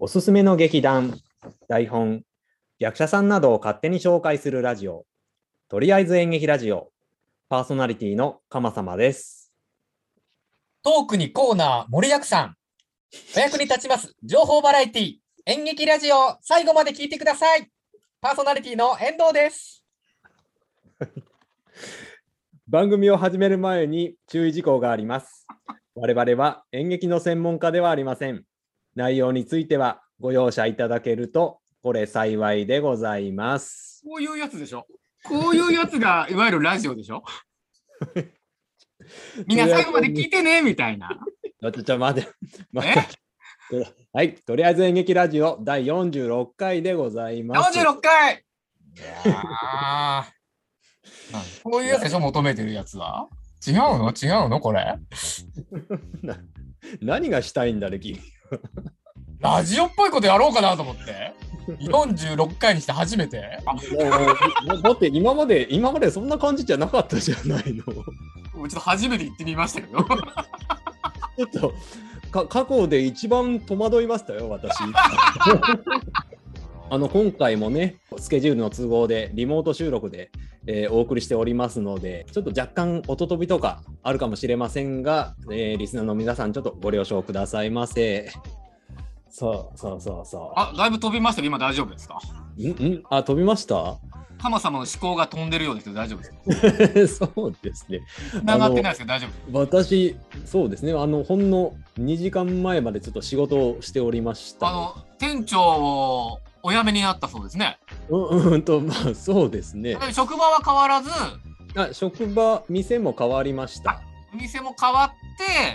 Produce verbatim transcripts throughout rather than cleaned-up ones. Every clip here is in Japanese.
すすめの劇団、台本、役者さんなどを勝手に紹介するラジオ、とりあえず演劇ラジオ、パーソナリティの鎌様です。 トークにコーナー盛りだくさん。お役に立ちます情報バラエティ演劇ラジオ、最後まで聞いてください。パーソナリティの遠藤です。 番組を始める前に注意事項があります。我々は演劇の専門家ではありません。内容についてはご容赦いただけるとこれ幸いでございます。 こういうやつでしょ。こういうやつがいわゆるラジオでしょ。みんな最後まで聞いてねみたいな。 ちょっと待って、待ってはい、とりあえず演劇ラジオだいよんじゅうろっかいでございます。 よんじゅうろっかい。 いやこういうやつでしょ、求めてるやつは。違うの違うのこれな何がしたいんだね、君。 ラジオっぽいことやろうかなと思ってよんじゅうろっかいにして初めて。 だって今まで今までそんな感じじゃなかったじゃないの。 ちょっと初めて言ってみましたけどちょっとか過去で一番戸惑いましたよ、私。あの今回もね、スケジュールの都合でリモート収録で、えー、お送りしておりますので、ちょっと若干音飛びとかあるかもしれませんが、えー、リスナーの皆さんちょっとご了承くださいませ。そうそうそうそう。 あ、だいぶ飛びましたけど、今大丈夫ですか？ んんあ、飛びました？ 鎌様の思考が飛んでるようですけど大丈夫ですか？ そうですね。 繋がってないですけど大丈夫？ 私、そうですね。あのほんのにじかんまえまでちょっと仕事をしておりました、ね。 あの店長をお辞めになったそうですね。 うんうんとまあそうですね。 職場は変わらず、 あ、職場店も変わりました。 お店も変わって。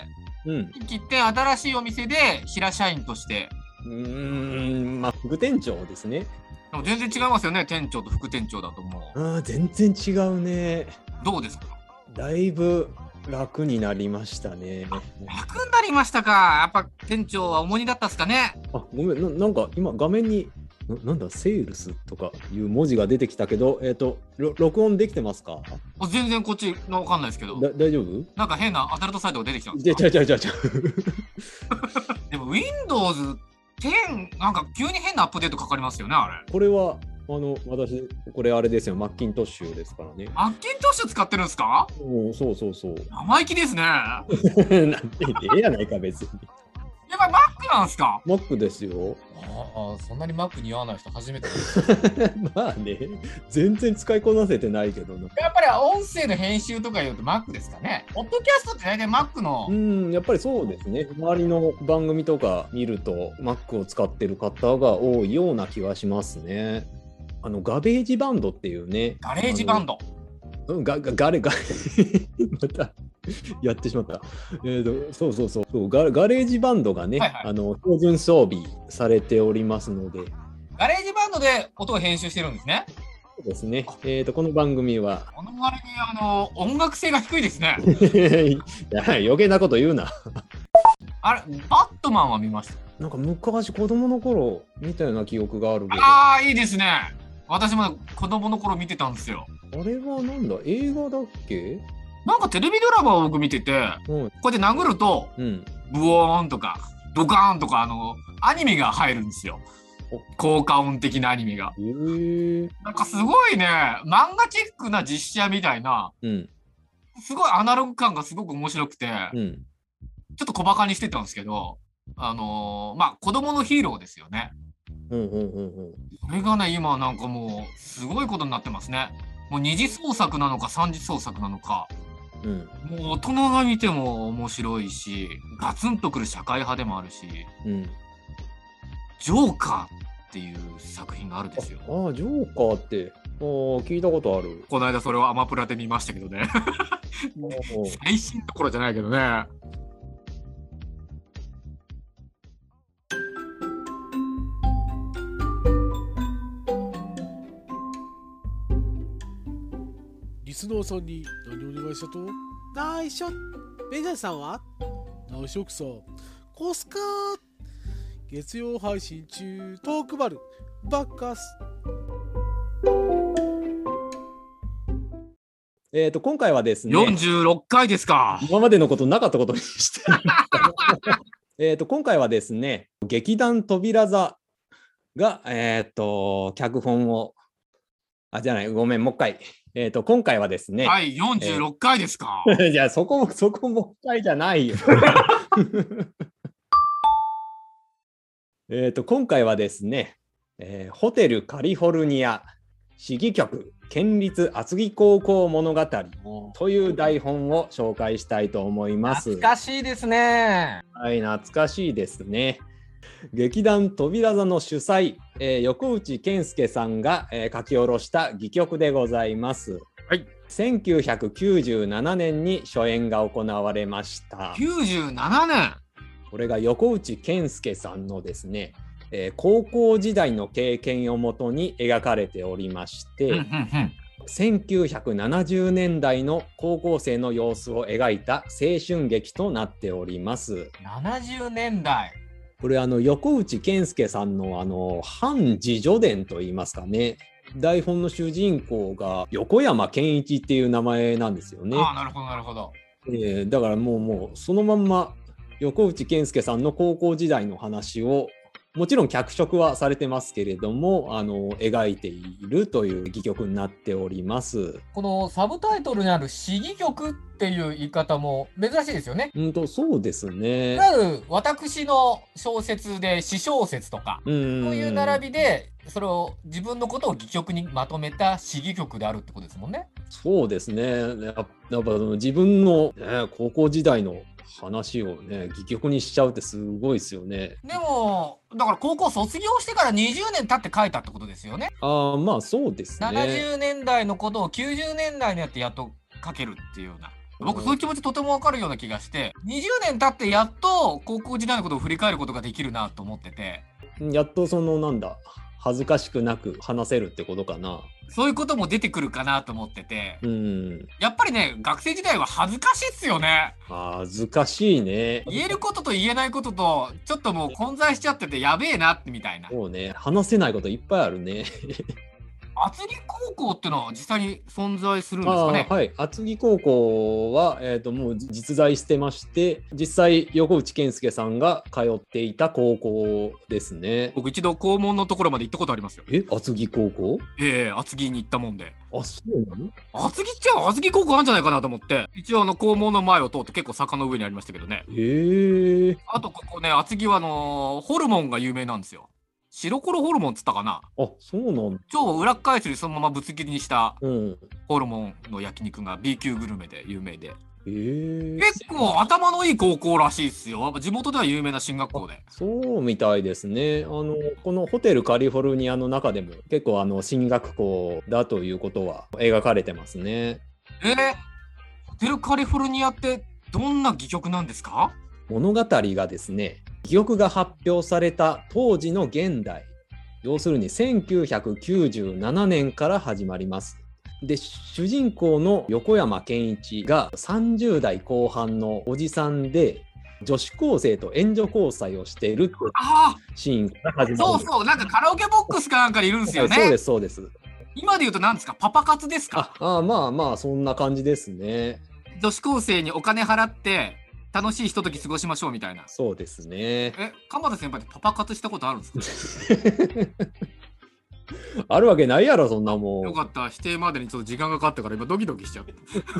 うん、 切って新しいお店で平社員として。 うーん、まあ副店長ですね。 でも全然違いますよね、店長と副店長だと思う。 あ、全然違うね。 どうですか？ だいぶ楽になりましたね。 楽になりましたか。やっぱ店長は重荷だったっすかね。 あ、ごめん な, なんか今画面にな, なんだセールスとかいう文字が出てきたけど、えっと録音できてますか？ 全然こっちわかんないですけど。 だ大丈夫？ なんか変なアダルトサイトが出てきたんですか？ じゃじゃじゃじゃでも ウィンドウズテンなんか急に変なアップデートかかりますよね、あれ。 これはあの私これあれですよ、マッキントッシュですからね。 マッキントッシュ使ってるんですか？ おそうそうそう。 生意気ですね。なんて言ってええやないか別に。 やっぱりマックなんですか？ マックですよ。 ああ、そんなにマック似合わない人初めてまあね、全然使いこなせてないけどな。 やっぱり音声の編集とか言うとマックですかね。ポッドキャストって大体マックの。 うん、やっぱりそうですね。周りの番組とか見るとマックを使ってる方が多いような気はしますね。あのガベージバンドっていうね。 ガレージバンド。 うん、ガガガレガレまたやってしまった。えーと、そうそうそうそうガ、ガレージバンドがね、はいはい、あの標準装備されておりますので。 ガレージバンドで音を編集してるんですね。 そうですね。えーと、この番組は。 この割にあの音楽性が低いですね。 いや余計なこと言うな。 あれ、バットマンは見ました？ なんか昔子供の頃見たような記憶があるけど。 ああ、いいですね。私も子供の頃見てたんですよ。 あれはなんだ、映画だっけ？ なんかテレビドラマを僕見てて、うん、こうやって殴ると、うん、ブオーンとかドカーンとかあのアニメが入るんですよ。効果音的なアニメが。へー。なんかすごいね、漫画チックな実写みたいな、うん、すごいアナログ感がすごく面白くて、うん、ちょっと小バカにしてたんですけど、あのー、まあ子供のヒーローですよね。 うんうんうんうん。 これがね、今なんかもうすごいことになってますね。もう二次創作なのか三次創作なのか、うん、もう大人が見ても面白いし、ガツンとくる社会派でもあるし、うん、ジョーカーっていう作品があるんですよ。 ああ、ジョーカーってあ聞いたことある。 この間それをアマプラで見ましたけどね。最新どころじゃないけどね。 リスナーさんに何お願いしたと？内緒。ベジャーさんは？内緒くさ。コスカー。月曜配信中。トークバル。バッカス。 えーと、今回はですね。 よんじゅうろっかいですか。 今までのことなかったことにしてえーと、今回はですね、劇団扉座が、えーと、脚本を、あ、じゃない、ごめん、もう一回。えーと、今回はですね。 はい、よんじゅうろっかいですか。 えー、じゃあ、そこも、そこもう一回じゃないよ。えーと、今回はですね、えー、ホテルカリフォルニア市議局県立厚木高校物語という台本を紹介したいと思います。 懐かしいですね。 はい、懐かしいですね。劇団扉座の主催、えー、横内健介さんが、えー、書き下ろした戯曲でございます。 はい。 せんきゅうひゃくきゅうじゅうななねんに初演が行われました。 きゅうじゅうななねん。 これが横内健介さんのですね、えー、高校時代の経験をもとに描かれておりまして、 うんうんうん、 せんきゅうひゃくななじゅうねんだいの高校生の様子を描いた青春劇となっております。 ななじゅうねんだい。 これあの横内健介さんのあの反自叙伝といいますかね、台本の主人公が横山健一っていう名前なんですよね。 ああ、なるほどなるほど。 えー、だからもうもうそのまんま横内健介さんの高校時代の話をもちろん脚色はされてますけれども、あの描いているという戯曲になっております。 このサブタイトルにある市議局っていう言い方も珍しいですよね。 うんとそうですね。 いわゆる私の小説で詩小説とか、 うんそういう並びでそれを自分のことを戯曲にまとめた市議局であるってことですもんね。 そうですね。やっぱ自分の、ね、高校時代の話をね戯曲にしちゃうってすごいですよね。 でもだから高校卒業してからにじゅうねん経って書いたってことですよね。 ああ、まあそうですね。 ななじゅうねんだいのことをきゅうじゅうねんだいになってやっと書けるっていうような、僕そういう気持ちとても分かるような気がして、にじゅうねん経ってやっと高校時代のことを振り返ることができるなと思ってて、 やっとそのなんだ恥ずかしくなく話せるってことかな。 そういうことも出てくるかなと思ってて、 うん、 やっぱりね学生時代は恥ずかしいっすよね。 恥ずかしいね。 言えることと言えないこととちょっともう混在しちゃっててやべえなってみたいな。 そうね、話せないこといっぱいあるね。 厚木高校ってのは実際に存在するんですかね。 はい、厚木高校は、えーと、もう実在してまして、実際横内健介さんが通っていた高校ですね。 僕一度校門のところまで行ったことありますよ。 え、厚木高校？ ええー、厚木に行ったもんで。 あ、そうなの？ 厚木っちゃ厚木高校あるんじゃないかなと思って、一応あの校門の前を通って結構坂の上にありましたけどね。 へー。 あとここね、厚木はあのー、ホルモンが有名なんですよ。白黒ホルモンっつったかな。 あ、そうなんだ。 超裏返しにそのままぶつ切りにしたうん、 ホルモンの焼肉が B 級グルメで有名で、 へー。 結構頭のいい高校らしいっすよ。地元では有名な進学校で。 そうみたいですね。あのこのホテルカリフォルニアの中でも結構あの進学校だということは描かれてますね。 えー、ホテルカリフォルニアってどんな戯曲なんですか？ 物語がですね、戯曲が発表された当時の現代、要するにせんきゅうひゃくきゅうじゅうななねんから始まります。で、主人公の横山健一がさんじゅうだいこう半のおじさんで、女子高生と援助交際をしているってシーンから始まるんです。 そうそう、なんかカラオケボックスかなんかにいるんですよね。 そうですそうです。 今で言うと何ですか、パパ活ですか？ ああ、まあまあそんな感じですね。 女子高生にお金払って楽しいひととき過ごしましょうみたいな。 そうですね。 え、鎌田先輩ってパパ活したことあるんですか？ あるわけないやろそんなもん。 よかった、否定までにちょっと時間がかかったから今ドキドキしちゃって。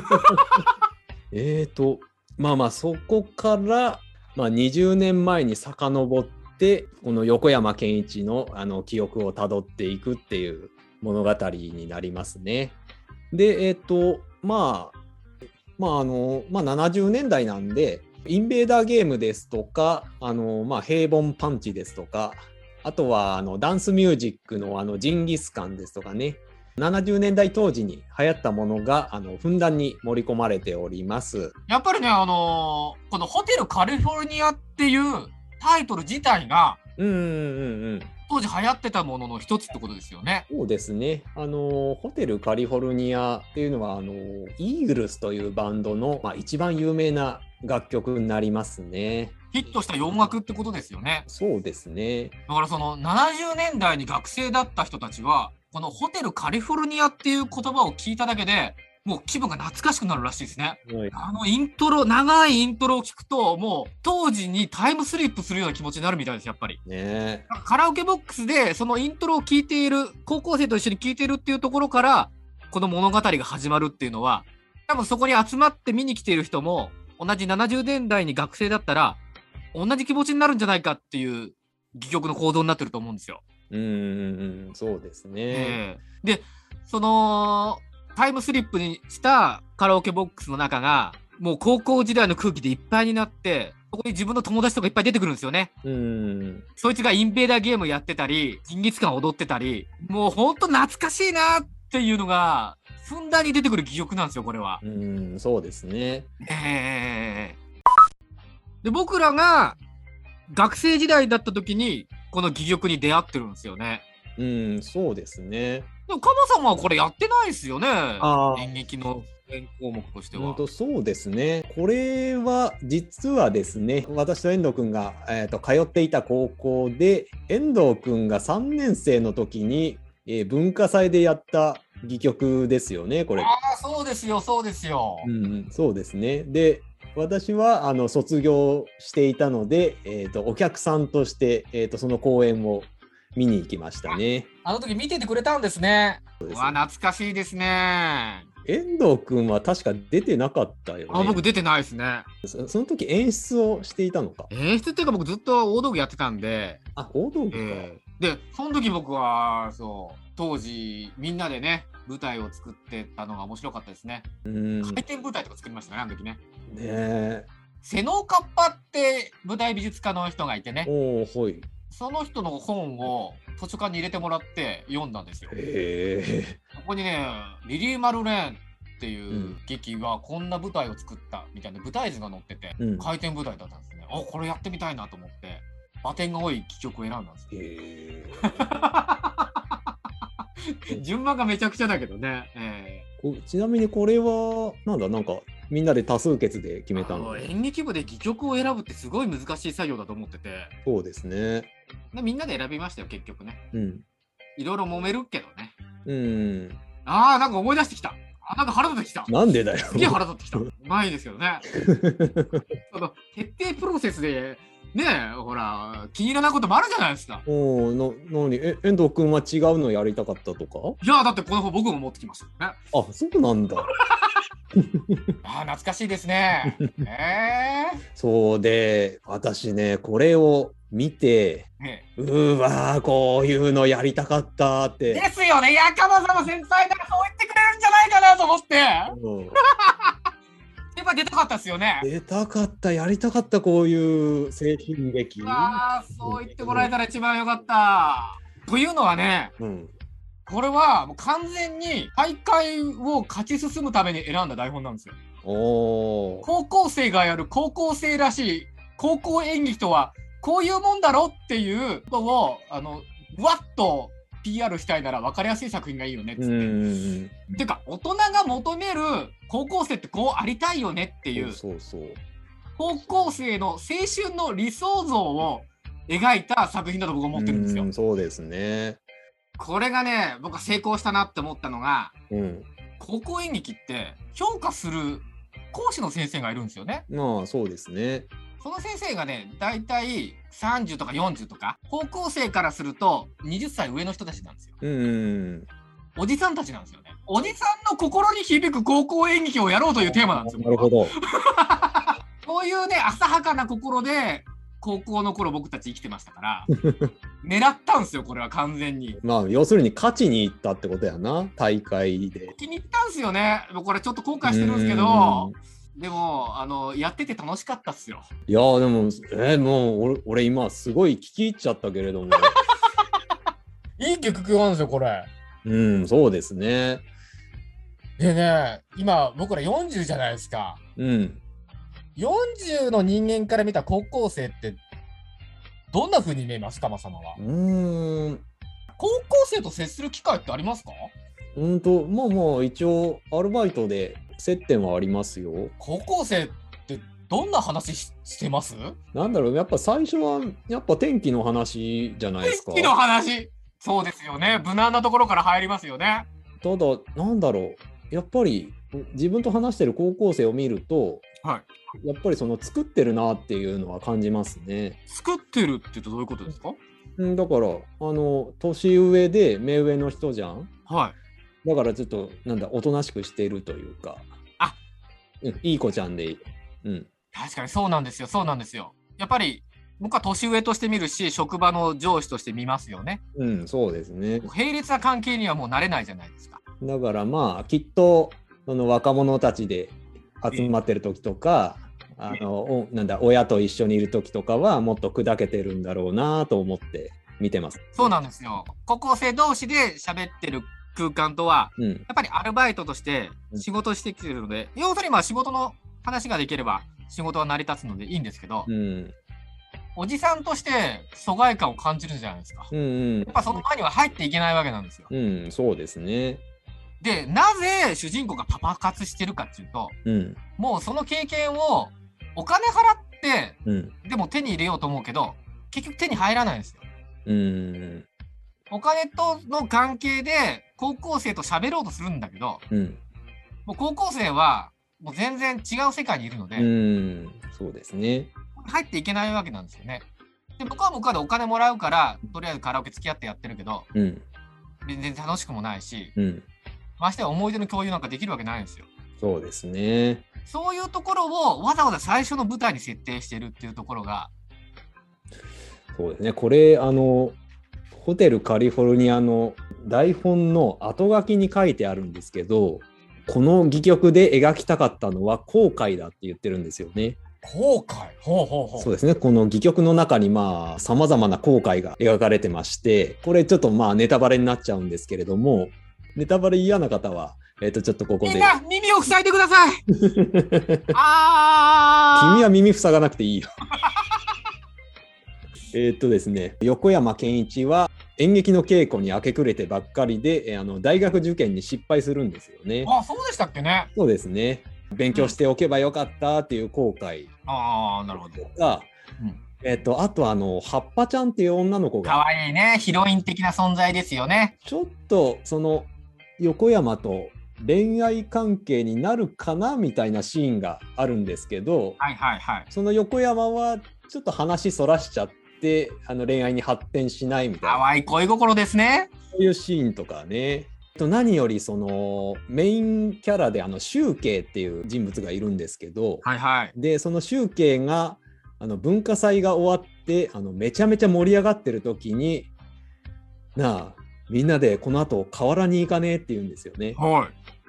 えーとまあまあそこから、まあ、にじゅうねんまえに遡ってこの横山健一のあの記憶をたどっていくっていう物語になりますね。でえっ、ー、とまあまああのまあななじゅうねんだいなんでインベーダーゲームですとかあの、まあ、平凡パンチですとか、あとはあのダンスミュージックのあのジンギスカンですとかね、ななじゅうねんだい当時に流行ったものがあのふんだんに盛り込まれております。 やっぱりね、あのー、このホテルカリフォルニアっていうタイトル自体がうんうんうんうん当時流行ってたものの一つってことですよね。 そうですね。あのホテルカリフォルニアっていうのはあのイーグルスというバンドの、まあ、一番有名な楽曲になりますね。 ヒットした洋楽ってことですよね。 そうですね。 だからそのななじゅうねんだいに学生だった人たちはこのホテルカリフォルニアっていう言葉を聞いただけでもう気分が懐かしくなるらしいですね。 はい、 あのイントロ、長いイントロを聞くと、もう当時にタイムスリップするような気持ちになるみたいです、やっぱり。 ね、 カラオケボックスでそのイントロを聴いている、高校生と一緒に聴いているっていうところから、この物語が始まるっていうのは、多分そこに集まって見に来ている人も、同じななじゅうねんだいに学生だったら、同じ気持ちになるんじゃないかっていう戯曲の構造になってると思うんですよ。 うん、そうですね。 えー、で、その、タイムスリップにしたカラオケボックスの中が、もう高校時代の空気でいっぱいになって、そこに自分の友達とかいっぱい出てくるんですよね。 うん。 そいつがインベーダーゲームやってたり、ジンギスカン踊ってたり、もうほんと懐かしいなっていうのが、ふんだんに出てくる戯曲なんですよ、これは。 うん、そうですね。 えー、で、僕らが学生時代だった時に、この戯曲に出会ってるんですよね。 うん、そうですね。 でも、カモさんはこれやってないですよね。 あ演劇の項目としては。 本当そうですね。これは実はですね、私と遠藤くんが、えー、と通っていた高校で、遠藤くんがさんねん生の時に、えー、文化祭でやった戯曲ですよね、これ。 ああ、そうですよ、そうですよ。 うん、そうですね。で、私はあの卒業していたので、えー、とお客さんとして、えー、とその公演を見に行きましたね。 あの時見ててくれたんですね。 うわ、懐かしいですね。 遠藤くんは確か出てなかったよね。 あ、僕出てないですね。 そ, その時演出をしていたのか。 演出っていうか僕ずっと大道具やってたんで。 あ、大道具か。 えー、で、その時僕は、そう、当時みんなでね、舞台を作ってたのが面白かったですね。うん。回転舞台とか作りましたね、あの時ね。 ねえ。 瀬能カッパって舞台美術家の人がいてね。 おー、はい。 その人の本を図書館に入れてもらって読んだんですよ。 へー。 ここにね、リリー・マルレーンっていう劇がこんな舞台を作ったみたいな舞台図が載ってて、うん、回転舞台だったんですね。あ、これやってみたいなと思って、場点が多い戯曲を選んだんですよ。へー。順番がめちゃくちゃだけどね。えー、ちなみにこれはなんだ、なんかみんなで多数決で決めたの？ 演劇部で戯曲を選ぶってすごい難しい作業だと思ってて。 そうですね。 でみんなで選びましたよ、結局ね。 うん。いろいろ揉めるけどね。 うん。 ああ、なんか思い出してきた。あ、なんか腹立ってきた。 なんでだよ。 すげえ腹立ってきた。ないですけどね。その決定プロセスでねえ、ほら気に入らないこともあるじゃないですか。 おお、な、なに、え、遠藤くんは違うのやりたかったとか？ いやだってこの本僕も持ってきましたよね。 あ、そうなんだ。 あ、懐かしいですね。えー、 そうで、私ね、これを見て、ね、うーわー、こういうのやりたかったって。 ですよね。いや、カモさんも先輩ならそう言ってくれるんじゃないかなと思って。うん、やっぱ出たかったですよね。 出たかった、やりたかった、こういう青春劇。 ああ、そう言ってもらえたら一番よかった。というのはね、うん、これはもう完全に大会を勝ち進むために選んだ台本なんですよ。おー。高校生がやる高校生らしい高校演劇とはこういうもんだろっていうことをあのわっと ピーアール したいなら分かりやすい作品がいいよねっつって。うんっていうか大人が求める高校生ってこうありたいよねっていう、そうそうそう、高校生の青春の理想像を描いた作品だと僕は思ってるんですよ。 うん、そうですね。 これがね、僕は成功したなって思ったのが、うん、高校演劇って評価する講師の先生がいるんですよね。 まあそうですね。 その先生がね、だいたいさんじゅうとかよんじゅうとか、高校生からするとはたち上の人たちなんですよ。うん。おじさんたちなんですよね。おじさんの心に響く高校演劇をやろうというテーマなんですよ。 なるほど。 そういうね、浅はかな心で、高校の頃僕たち生きてましたから狙ったんですよ、これは完全に。 まあ要するに勝ちに行ったってことやな、大会で。 気に入ったんですよね。これちょっと後悔してるんですけど、でもあのやってて楽しかったっすよ。 いやーでもえー、もう 俺, 俺今すごい聞き入っちゃったけれどもいい曲なんですよこれ。 うん、そうですね。 でね、今僕らよんじゅうじゃないですか。うん。よんじゅうの人間から見た高校生ってどんな風に見えますか、マ様は。うーん、高校生と接する機会ってありますか？ うんと、まあまあ一応アルバイトで接点はありますよ。 高校生ってどんな話 し, してますなんだろう、やっぱ最初はやっぱ天気の話じゃないですか。 天気の話、そうですよね。無難なところから入りますよね。 ただなんだろう、 やっぱり自分と話してる高校生を見ると、 はい、 やっぱりその作ってるなっていうのは感じますね。 作ってるって言うとどういうことですか？ んだからあの年上で目上の人じゃん。 はい。 だからちょっとなんだおとなしくしているというか、 あ、 うん、いい子ちゃんでいい。うん。 確かにそうなんですよ。そうなんですよ。やっぱり僕は年上として見るし、職場の上司として見ますよね。 うん、そうですね。 並列な関係にはもうなれないじゃないですか。 だからまあきっとその若者たちで集まってる時とか、あのなんだ親と一緒にいる時とかはもっと砕けてるんだろうなと思って見てます。 そうなんですよ。高校生同士で喋ってる空間とは、うん、やっぱりアルバイトとして仕事してきてるので、うん、要するにまあ仕事の話ができれば仕事は成り立つのでいいんですけど、うん、おじさんとして疎外感を感じるじゃないですか。うんうん、やっぱその前には入っていけないわけなんですよ。 うん、そうですね。 で、なぜ主人公がパパ活してるかっていうと、うん、もうその経験をお金払って、うん、でも手に入れようと思うけど、結局手に入らないんですよ。うん、お金との関係で高校生と喋ろうとするんだけど、うん、もう高校生はもう全然違う世界にいるので、うん、 そうですね。 入っていけないわけなんですよね。で、僕は僕はでお金もらうから、とりあえずカラオケ付き合ってやってるけど、うん、全然楽しくもないし、うん、ましてや思い出の共有なんかできるわけないんですよ。 そうですね。 そういうところをわざわざ最初の舞台に設定してるっていうところが。 そうですね。これ、あの、ホテルカリフォルニアの台本の後書きに書いてあるんですけど、この戯曲で描きたかったのは後悔だって言ってるんですよね。 後悔？ほうほうほう。 そうですね。この戯曲の中にまあ様々な後悔が描かれてまして、これちょっとまあネタバレになっちゃうんですけれども、ネタバレ嫌な方は、えっとちょっとここで。 みんな耳を塞いでください。 あー。君は耳塞がなくていいよ。えっとですね、横山健一は演劇の稽古に明け暮れてばっかりで、あの大学受験に失敗するんですよね。 あ、そうでしたっけね。 そうですね。勉強しておけばよかったっていう後悔。 ああ、なるほど。 が、うん、えっとあとあの葉っぱちゃんっていう女の子が。 可愛いね、ヒロイン的な存在ですよね。 ちょっとその横山と恋愛関係になるかなみたいなシーンがあるんですけど、 はいはいはい。 その横山はちょっと話そらしちゃって。であの恋愛に発展しないみたいな淡い恋心ですね。 そういうシーンとかね。と何よりそのメインキャラであの周慶っていう人物がいるんですけど、 はいはい、 でその周慶があの文化祭が終わってあのめちゃめちゃ盛り上がってる時になあみんなでこの後河原に行かねえって言うんですよね。 はい、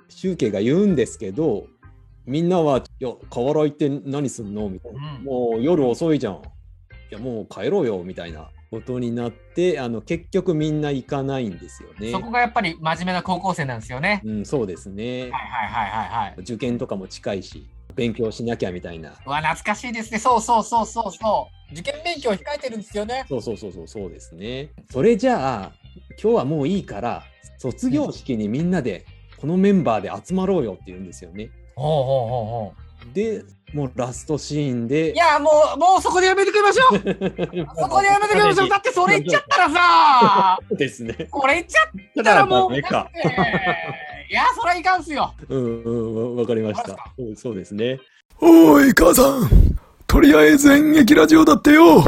周慶が言うんですけどみんなはいや河原行って何すんのみたいな、うん、もう夜遅いじゃんいやもう帰ろうよみたいなことになってあの結局みんな行かないんですよね。 そこがやっぱり真面目な高校生なんですよね。 うん、そうですね。 はいはいはいはいはい。 受験とかも近いし勉強しなきゃみたいな。 うわ懐かしいですね。そうそうそうそうそう受験勉強控えてるんですよね。 そうそうそうそうそうですね。それじゃあ今日はもういいから卒業式にみんなでこのメンバーで集まろうよって言うんですよね。 ほうほうほうほう。 でもうラストシーンでいやもうもうそこでやめてくれましょうそこでやめてくれましょうだってそれ言っちゃったらさですねこれ言っちゃったらもういやそれはいかんすよ。 うんうんわかりました。そうそうですね。 おい母さんとりあえず演劇ラジオだってよ。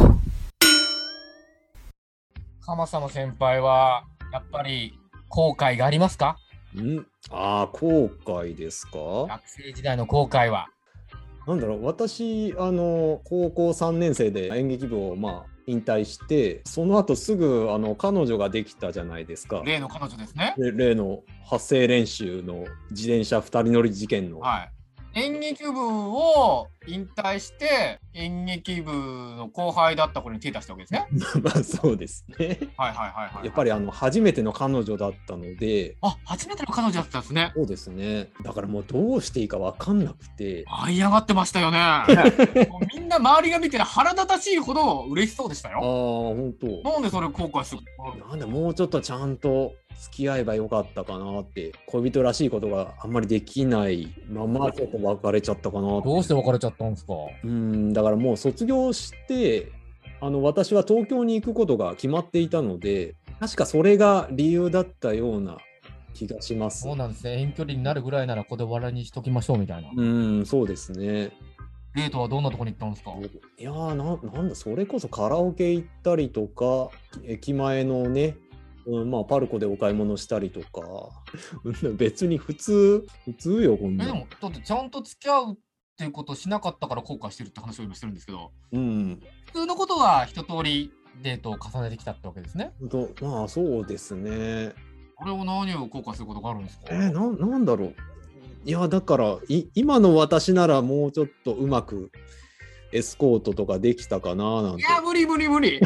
鎌様先輩はやっぱり後悔がありますか？ んああ後悔ですか？ 学生時代の後悔はなんだろう私あの高校さんねん生で演劇部をまあ引退してその後すぐあの彼女ができたじゃないですか。 例の彼女ですね。 例の発声練習の自転車ふたり乗り事件の、 はい、演劇部を引退して演劇部の後輩だった子に手出したわけですね。 まあそうですね。 はいはいはいはい。 やっぱりあの初めての彼女だったので。 あ、初めての彼女だったんですね。 そうですね。だからもうどうしていいか分かんなくて。 あいやがってましたよね。もうみんな周りが見て腹立たしいほど嬉しそうでしたよ。ああ本当。 なんでそれ後悔する？ なんでもうちょっとちゃんと付き合えばよかったかなって。恋人らしいことがあんまりできないままちょっと別れちゃったかな。 どうして別れちゃったんですか？ うんだからもう卒業してあの私は東京に行くことが決まっていたので確かそれが理由だったような気がします。 そうなんですね。遠距離になるぐらいならここで終わりにしときましょうみたいな。 うん、そうですね。 デートはどんなとこに行ったんですか？ いやー な, なんだそれこそカラオケ行ったりとか、駅前のね、うん、まあパルコでお買い物したりとか別に普通普通よこんな。 えでもだってちゃんと付き合うっていうことをしなかったから後悔してるって話を今してるんですけど、 うん、 普通のことは一通りデートを重ねてきたってわけですね。 とまあそうですね。 これを何を後悔することがあるんですか？ えー、な, なんだろう。いやだからい今の私ならもうちょっとうまくエスコートとかできたかななんて。 いや無理無理無理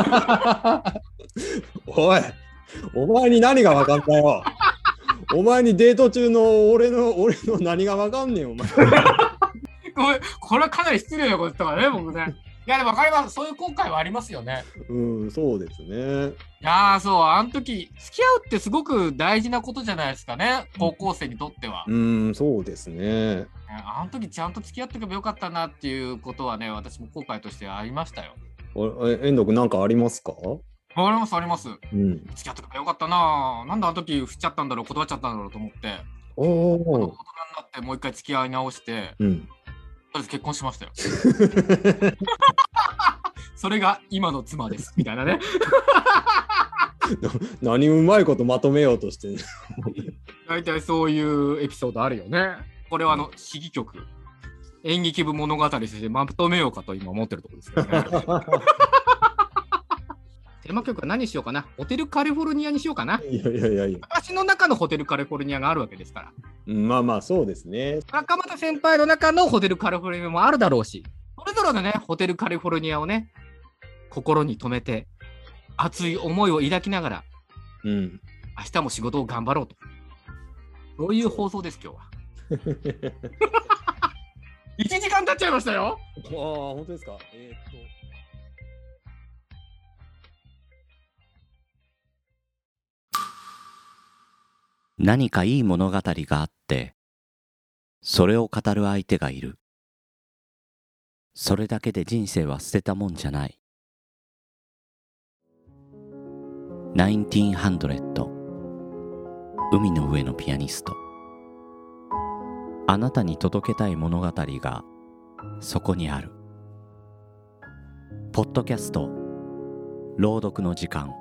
おいお前に何が分かんだよお前にデート中の俺の俺の何が分かんねえよお前これこれはかなり失礼なことだからね僕ね。いやでも分かります。そういう後悔はありますよね。 うんそうですね。 いやーそうあの時付き合うってすごく大事なことじゃないですかね、高校生にとっては。 うんそうですね。 あの時ちゃんと付き合っておけばよかったなっていうことはね、私も後悔としてありましたよ。 え遠藤君なんかありますか？ ありますあります。 うん、 付き合っておけばよかったな。なんであの時振っちゃったんだろう、断っちゃったんだろうと思って、 お大人にお。 なってもう一回付き合い直して、 うん、 とりあえず結婚しましたよ。それが今の妻ですみたいなね。 何うまいことまとめようとして大体そういうエピソードあるよね。これはあの市議局演劇部物語としてまとめようかと今思ってるところですけどね。テーマ曲は何しようかな。ホテルカリフォルニアにしようかな。 いやいやいやいや。 私の中のホテルカリフォルニアがあるわけですから。 まあまあそうですね。 赤俣先輩の中のホテルカリフォルニアもあるだろうし、それぞれのねホテルカリフォルニアをね心に留めて熱い思いを抱きながら、 うん、 明日も仕事を頑張ろうと。そういう放送です今日は。いちじかん経っちゃいましたよ。 ああ本当ですか。えー、っと何かいい物語があってそれを語る相手がいる。それだけで人生は捨てたもんじゃない。ナインティーンハンドレッド海の上のピアニスト。あなたに届けたい物語がそこにある。ポッドキャスト朗読の時間。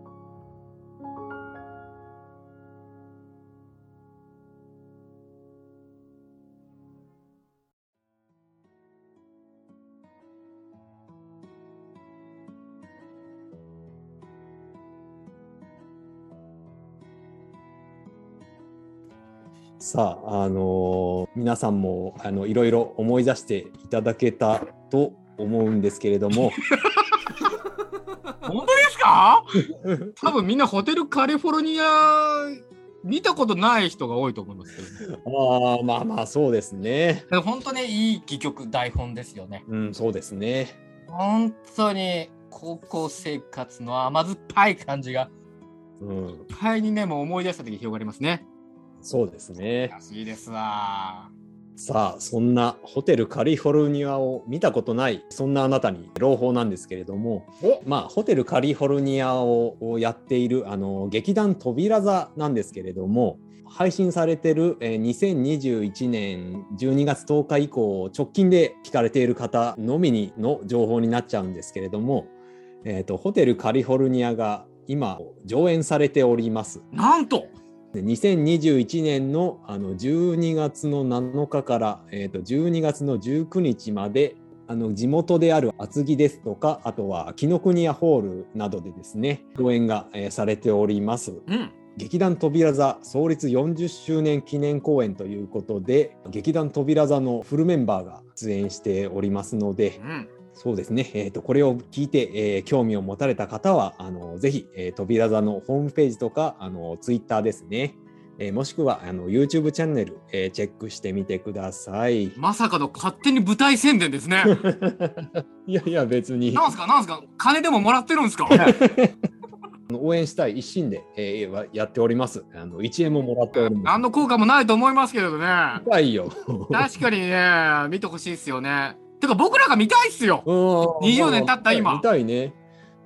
さあ、あのー、皆さんもあのいろいろ思い出していただけたと思うんですけれども本当ですか？多分みんなホテルカリフォルニア見たことない人が多いと思いますけど、ね、 ああまあまあそうですね。 本当にいい戯曲台本ですよね。 うんそうですね。 本当に高校生活の甘酸っぱい感じが、 うん、 いっぱいにねもう思い出した時に広がりますね。 そうですね。 安いですわ。 さあそんなホテルカリフォルニアを見たことないそんなあなたに朗報なんですけれども、まあホテルカリフォルニアをやっているあの劇団扉座なんですけれども、配信されてるにせんにじゅういちねんじゅうにがつとおか以降直近で聞かれている方のみにの情報になっちゃうんですけれども、えーと、ホテルカリフォルニアが今上演されております。 なんとにせんにじゅういちねん の, あのじゅうにがつのなのかから、えー、とじゅうにがつのじゅうくにちまであの地元である厚木ですとか、あとは紀ノ国屋ホールなどでですね上演が、えー、されております。うん、劇団扉座創立よんじゅっしゅうねん記念公演ということで、劇団扉座のフルメンバーが出演しておりますので、うん、そうですね、えーと、これを聞いて、えー、興味を持たれた方はあのぜひ、えー、扉座のホームページとかあのツイッターですね、えー、もしくはあの YouTube チャンネル、えー、チェックしてみてください。 まさかの勝手に舞台宣伝ですね。 いやいや別に。 なんすかなんすか、金でももらってるんですか？ 応援したい一心で、えー、やっております。あのいちえんももらっております。 何の効果もないと思いますけれどね。 深いよ。 確かにね見てほしいですよね。てか僕らが見たいっすよ。にじゅうねん経った今。 見たいね。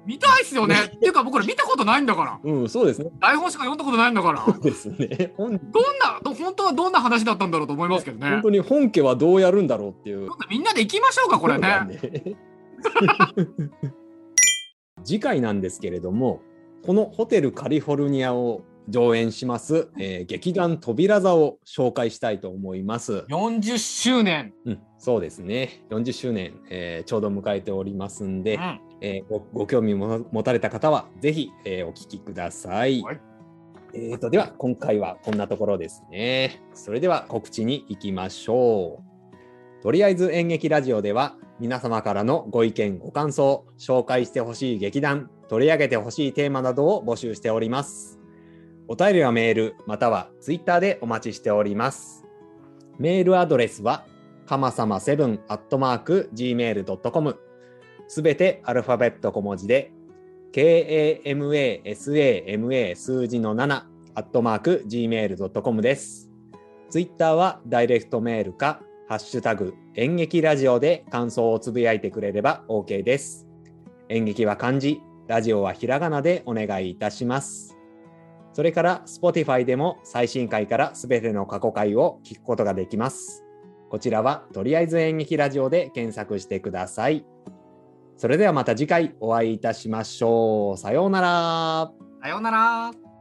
見たいっすよね。っていうか僕ら見たことないんだから。 うん、そうですね。 台本しか読んだことないんだから。 そうですね。どんな本当はどんな話だったんだろうと思いますけどね。 本当に本家はどうやるんだろうっていう。 みんなで行きましょうかこれね。ね次回なんですけれども、このホテルカリフォルニアを上演します、えー、劇団扉座を紹介したいと思います。 よんじゅっしゅうねん、 うん、そうですね。よんじゅっしゅうねん、えー、ちょうど迎えておりますんで、うんえー、ご, ご興味も持たれた方はぜひ、えー、お聞きください。はい、えーと、では今回はこんなところですね。それでは告知に行きましょう。とりあえず演劇ラジオでは皆様からのご意見ご感想、紹介してほしい劇団、取り上げてほしいテーマなどを募集しております。お便りはメールまたはツイッターでお待ちしております。メールアドレスはかまさまセブンアットマークジーメールドットコム、すべてアルファベット小文字で ケーエーエムエーエスエーエムエー 数字のななアットマークジーメールドットコムです。ツイッターはダイレクトメールかハッシュタグ演劇ラジオで感想をつぶやいてくれれば OK です。演劇は漢字、ラジオはひらがなでお願いいたします。それから Spotify でも最新回からすべての過去回を聞くことができます。こちらはとりあえず演劇ラジオで検索してください。それではまた次回お会いいたしましょう。さようなら。 さようなら。